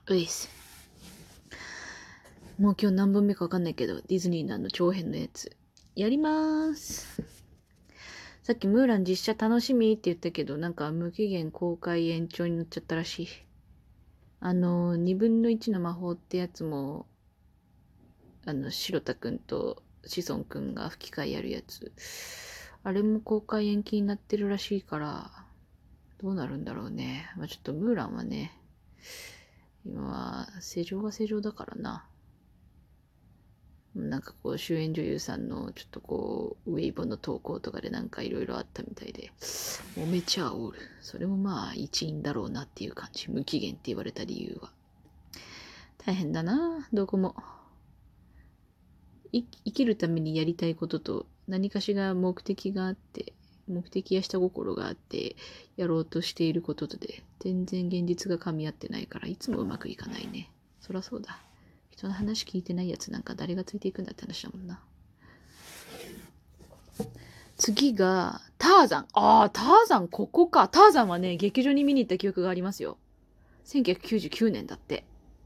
ういっす。もう今日何本目かわかんないけど、ディズニーの長編のやつ、やりまーす。さっきムーラン実写楽しみって言ったけど、なんか無期限公開延長になっちゃったらしい。2分の1の魔法ってやつも、白田くんと志尊くんが吹き替えやるやつ。あれも公開延期になってるらしいから、どうなるんだろうね。まあちょっとムーランはね、今は正常が正常だからな。なんかこう主演女優さんのちょっとこうウェイボの投稿とかでなんかいろいろあったみたいで、もめちゃおる。それもまあ一因だろうなっていう感じ。無期限って言われた理由は大変だな。どこも生きるためにやりたいことと何かしら目的があって、目的や下心があってやろうとしていることとで全然現実が噛み合ってないからいつもうまくいかないね。そらそうだ。人の話聞いてないやつなんか誰がついていくんだって話だもんな。次が、ターザン。ターザンここか。ターザンはね、劇場に見に行った記憶がありますよ。1999年だって。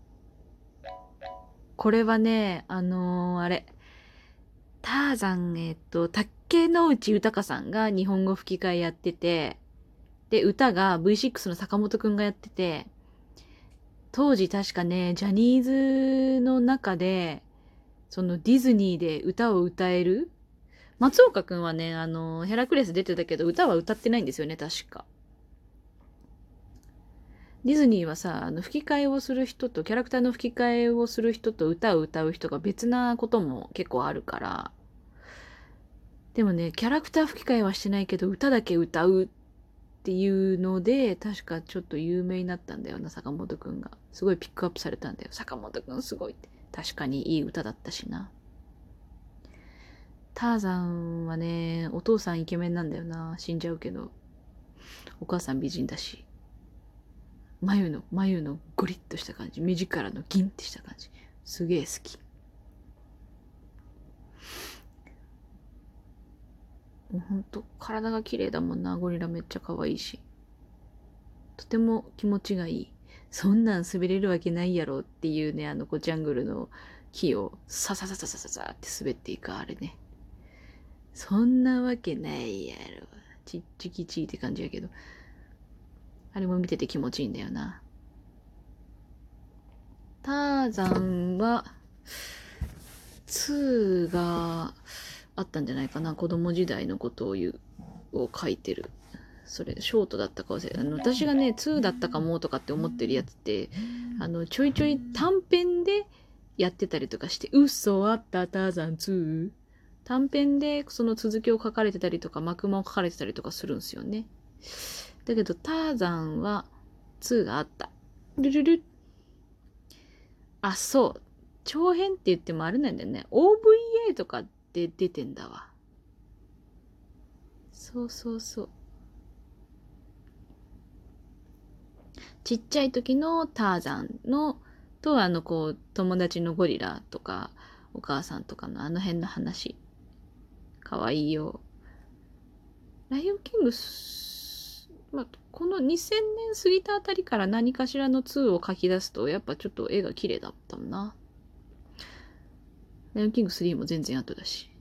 これはね、あれ。ターザン、竹野内豊さんが日本語吹き替えやってて、で、歌が V6 の坂本くんがやってて、当時確かね、ジャニーズの中で、そのディズニーで歌を歌える松岡くんはね、ヘラクレス出てたけど、歌は歌ってないんですよね、確か。ディズニーはさ、吹き替えをする人と、キャラクターの吹き替えをする人と歌を歌う人が別なことも結構あるから。でもね、キャラクター吹き替えはしてないけど、歌だけ歌うっていうので、確かちょっと有名になったんだよな、坂本くんが。すごいピックアップされたんだよ。坂本くんすごいって。確かにいい歌だったしな。ターザンはね、お父さんイケメンなんだよな。死んじゃうけど。お母さん美人だし。眉のゴリッとした感じ。目力のギンってした感じ。すげえ好き。もうほんと、体が綺麗だもんな。ゴリラめっちゃ可愛いし。とても気持ちがいい。そんなん滑れるわけないやろっていうね、ジャングルの木をサササササササって滑っていくあれね。そんなわけないやろ。ちっちきちいって感じやけど。あれも見てて気持ちいいんだよな。ターザンは、2があったんじゃないかな。子供時代のことを書いてる。それ、ショートだったか忘れ私がね、2だったかもとかって思ってるやつって、ちょいちょい短編でやってたりとかして、嘘あったターザン 2? 短編でその続きを書かれてたりとか、幕間を書かれてたりとかするんですよね。だけど、ターザンは2があった。ルルル。あ、そう。長編って言ってもあれなんだよね。OVA とかで出てんだわ。そうそうそう。ちっちゃい時のターザンの、とこう、友達のゴリラとか、お母さんとかのあの辺の話。かわいいよ。ライオンキングまあ、この2000年過ぎたあたりから何かしらの2を書き出すと、やっぱちょっと絵が綺麗だったもんな。ライオンキング3も全然後だし。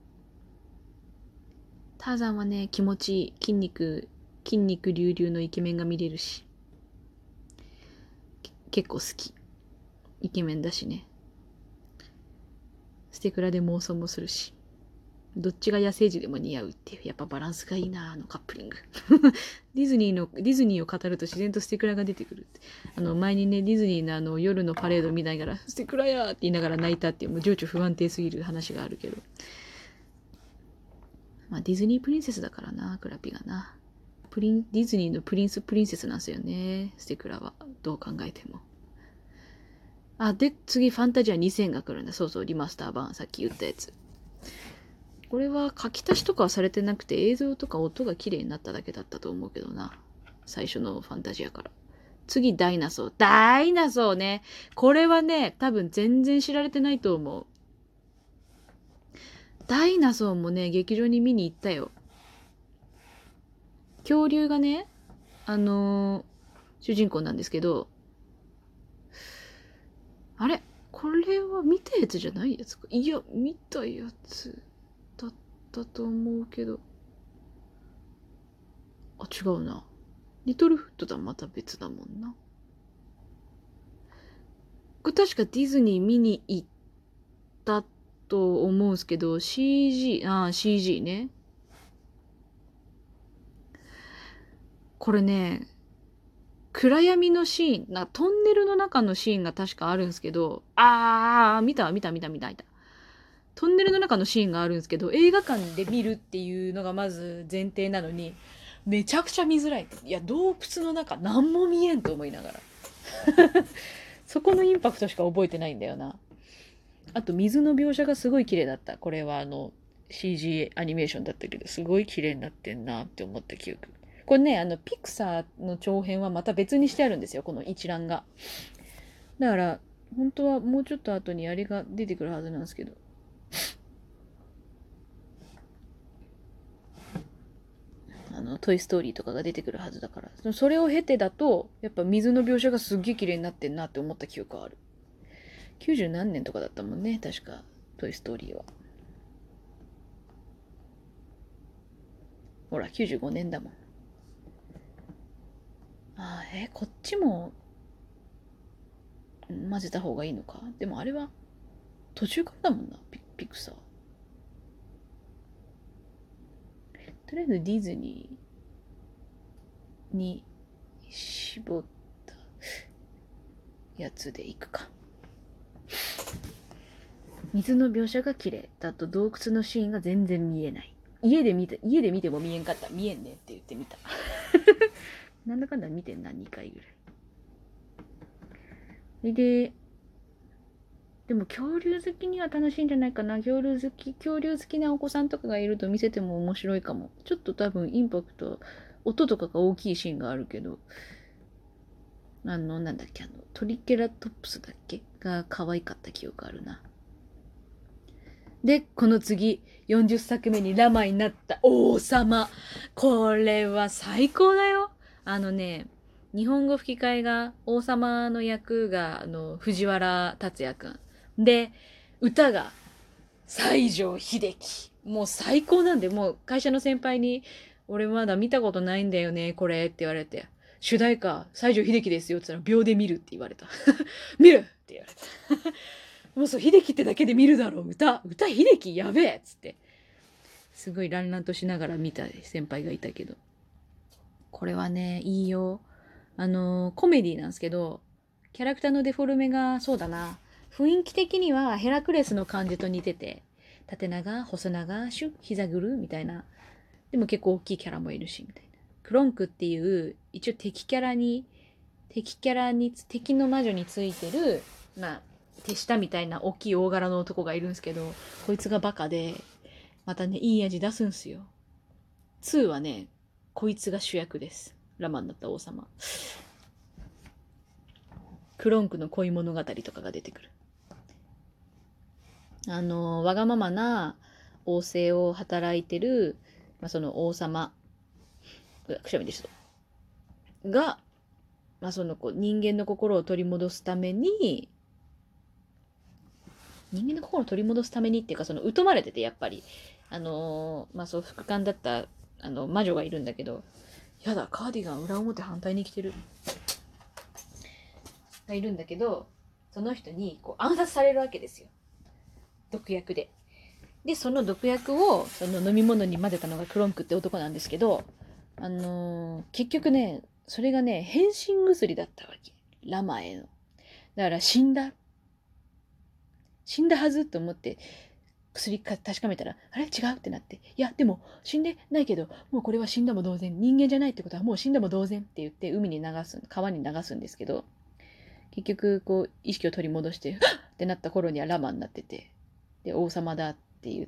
ターザンはね、気持ちいい。筋肉隆々のイケメンが見れるし。結構好き。イケメンだしね。ステクラで妄想もするし。どっちが野生児でも似合うっていう、やっぱバランスがいいな、カップリング。ディズニーを語ると自然とステクラが出てくるって。前にね、ディズニーの夜のパレードを見ながら、ステクラやーって言いながら泣いたっていう、もう情緒不安定すぎる話があるけど。まあ、ディズニープリンセスだからな、クラピがな。ディズニーのプリンセスなんですよね、ステクラは。どう考えても。で、次、ファンタジア2000が来るんだ。そうそう、リマスター版、さっき言ったやつ。これは書き足しとかはされてなくて映像とか音が綺麗になっただけだったと思うけどな。最初のファンタジアから。次、ダイナソー。ダイナソーね。これはね、多分全然知られてないと思う。ダイナソーもね、劇場に見に行ったよ。恐竜がね、主人公なんですけど、 あれこれは見たやつじゃないやつか。いや、見たやつだったと思うけど。あ、違うな。リトルフットとはまた別だもんな。これ確かディズニー見に行ったと思うんすけど、CG ね。これね、暗闇のシーン、トンネルの中のシーンが確かあるんですけど、見た。トンネルの中のシーンがあるんですけど、映画館で見るっていうのがまず前提なのに、めちゃくちゃ見づらい。いや、洞窟の中何も見えんと思いながら。そこのインパクトしか覚えてないんだよな。あと、水の描写がすごい綺麗だった。これはCG アニメーションだったけど、すごい綺麗になってんなって思った記憶。これね、ピクサーの長編はまた別にしてあるんですよ、この一覧が。だから、本当はもうちょっと後にあれが出てくるはずなんですけど。トイストーリーとかが出てくるはずだから。それを経てだと、やっぱ水の描写がすっげえ綺麗になってんなって思った記憶はある。90何年とかだったもんね、確か、トイストーリーは。ほら、95年だもん。こっちも混ぜた方がいいのか。でもあれは途中からだもんな、ピクサー。とりあえずディズニーに絞ったやつでいくか。水の描写が綺麗だと洞窟のシーンが全然見えない。家で見ても見えんかった。見えんねって言ってみた。なんだかんだ見てんな、2回ぐらい。でも恐竜好きには楽しいんじゃないかな。恐竜好きなお子さんとかがいると見せても面白いかも。ちょっと多分インパクト、音とかが大きいシーンがあるけど、なんだっけ、トリケラトプスだっけが可愛かった記憶あるな。で、この次、40作目にラマになった王様。これは最高だよ。日本語吹き替えが、王様の役が、藤原竜也くん。で、歌が、西城秀樹。もう最高なんで、もう会社の先輩に、俺まだ見たことないんだよね、これって言われて。主題歌、西城秀樹ですよって言ったら、秒で見るって言われた。見るって言われた。もうそう、秀樹ってだけで見るだろう。歌秀樹やべえっつって。すごいランランとしながら見た先輩がいたけど。これはね、いいよ。コメディなんですけど、キャラクターのデフォルメが、そうだな。雰囲気的にはヘラクレスの感じと似てて、縦長、細長、膝ぐるみたいな。でも結構大きいキャラもいるし、みたいな。クロンクっていう、一応敵の魔女についてる、まあ、手下みたいな大きい大柄の男がいるんですけど、こいつがバカで、またね、いい味出すんすよ。2はね、こいつが主役です。ラマになった王様。クロンクの恋物語とかが出てくる。わがままな王政を働いてる、その王様、くしゃみでした。が、人間の心を取り戻すために、人間の心を取り戻すためにっていうか、疎まれてて、やっぱり。副官だった、魔女がいるんだけど、やだ、カーディガン裏表反対に着てる。がいるんだけど、その人に暗殺されるわけですよ。毒薬で。で、その毒薬をその飲み物に混ぜたのがクロンクって男なんですけど、結局ね、それがね、変身薬だったわけ。ラマへの。だから死んだはずと思って、薬確かめたら、あれ違うってなって。いや、でも死んでないけど、もうこれは死んだも同然。人間じゃないってことはもう死んだも同然って言って川に流すんですけど、結局、意識を取り戻して、はっってなった頃にはラマになってて、で、王様だって言って、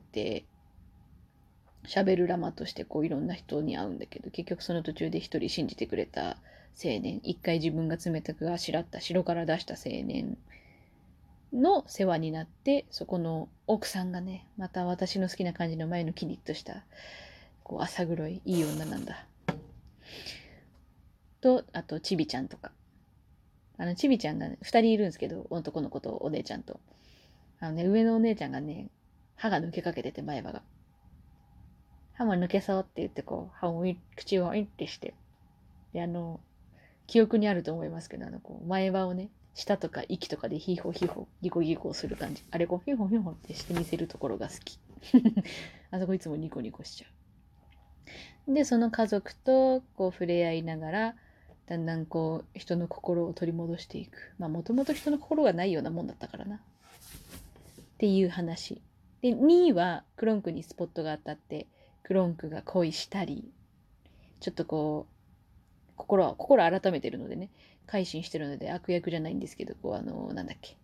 喋るラマとしていろんな人に会うんだけど、結局その途中で一人信じてくれた青年、一回自分が冷たくあしらった城から出した青年の世話になって、そこの奥さんがね、また私の好きな感じの前のキリッとした、浅黒いいい女なんだ。と、あと、ちびちゃんとか。 ちびちゃんが、ね、2人いるんですけど、男の子とお姉ちゃんと。上のお姉ちゃんがね、歯が抜けかけてて、前歯が。歯も抜けそうって言って、こう、口をインってして。で、記憶にあると思いますけど、こう、前歯をね、舌とか息とかでヒーホーヒーホー、ギコギコする感じ。あれ、こう、ヒーホーヒーホーってして見せるところが好き。あそこいつもニコニコしちゃう。で、その家族と、こう、触れ合いながら、だんだんこう、人の心を取り戻していく。まあ、もともと人の心がないようなもんだったからな。っていう話。で、2位は、クロンクにスポットが当たって、クロンクが恋したり、ちょっとこう、心改めてるのでね、改心してるので悪役じゃないんですけど、こう、なんだっけ。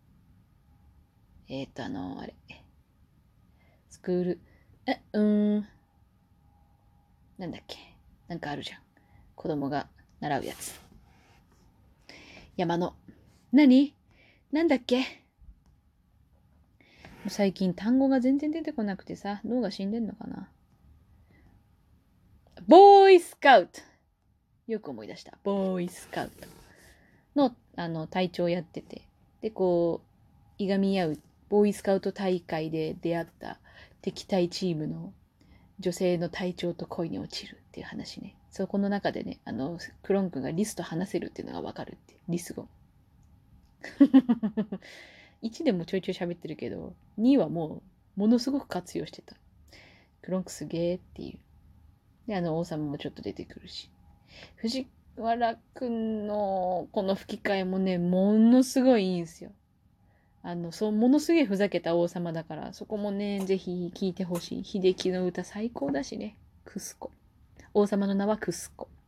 あれ。スクール、なんだっけ。なんかあるじゃん。子供が習うやつ。山の。何なんだっけ。最近単語が全然出てこなくてさ、脳が死んでんのかな。ボーイスカウト。よく思い出した。ボーイスカウトの、隊長やってて。で、こう、いがみ合う、ボーイスカウト大会で出会った敵対チームの女性の隊長と恋に落ちるっていう話ね。そこの中でね、クロン君がリスと話せるっていうのがわかるっていう。リス語。1でもちょいちょい喋ってるけど、2はもう、ものすごく活用してた。クロンクすげーっていう。で、王様もちょっと出てくるし。藤原くんのこの吹き替えもね、ものすごいいいんですよ。ものすげえふざけた王様だから、そこもね、ぜひ聞いてほしい。秀樹の歌最高だしね。クスコ。王様の名はクスコ。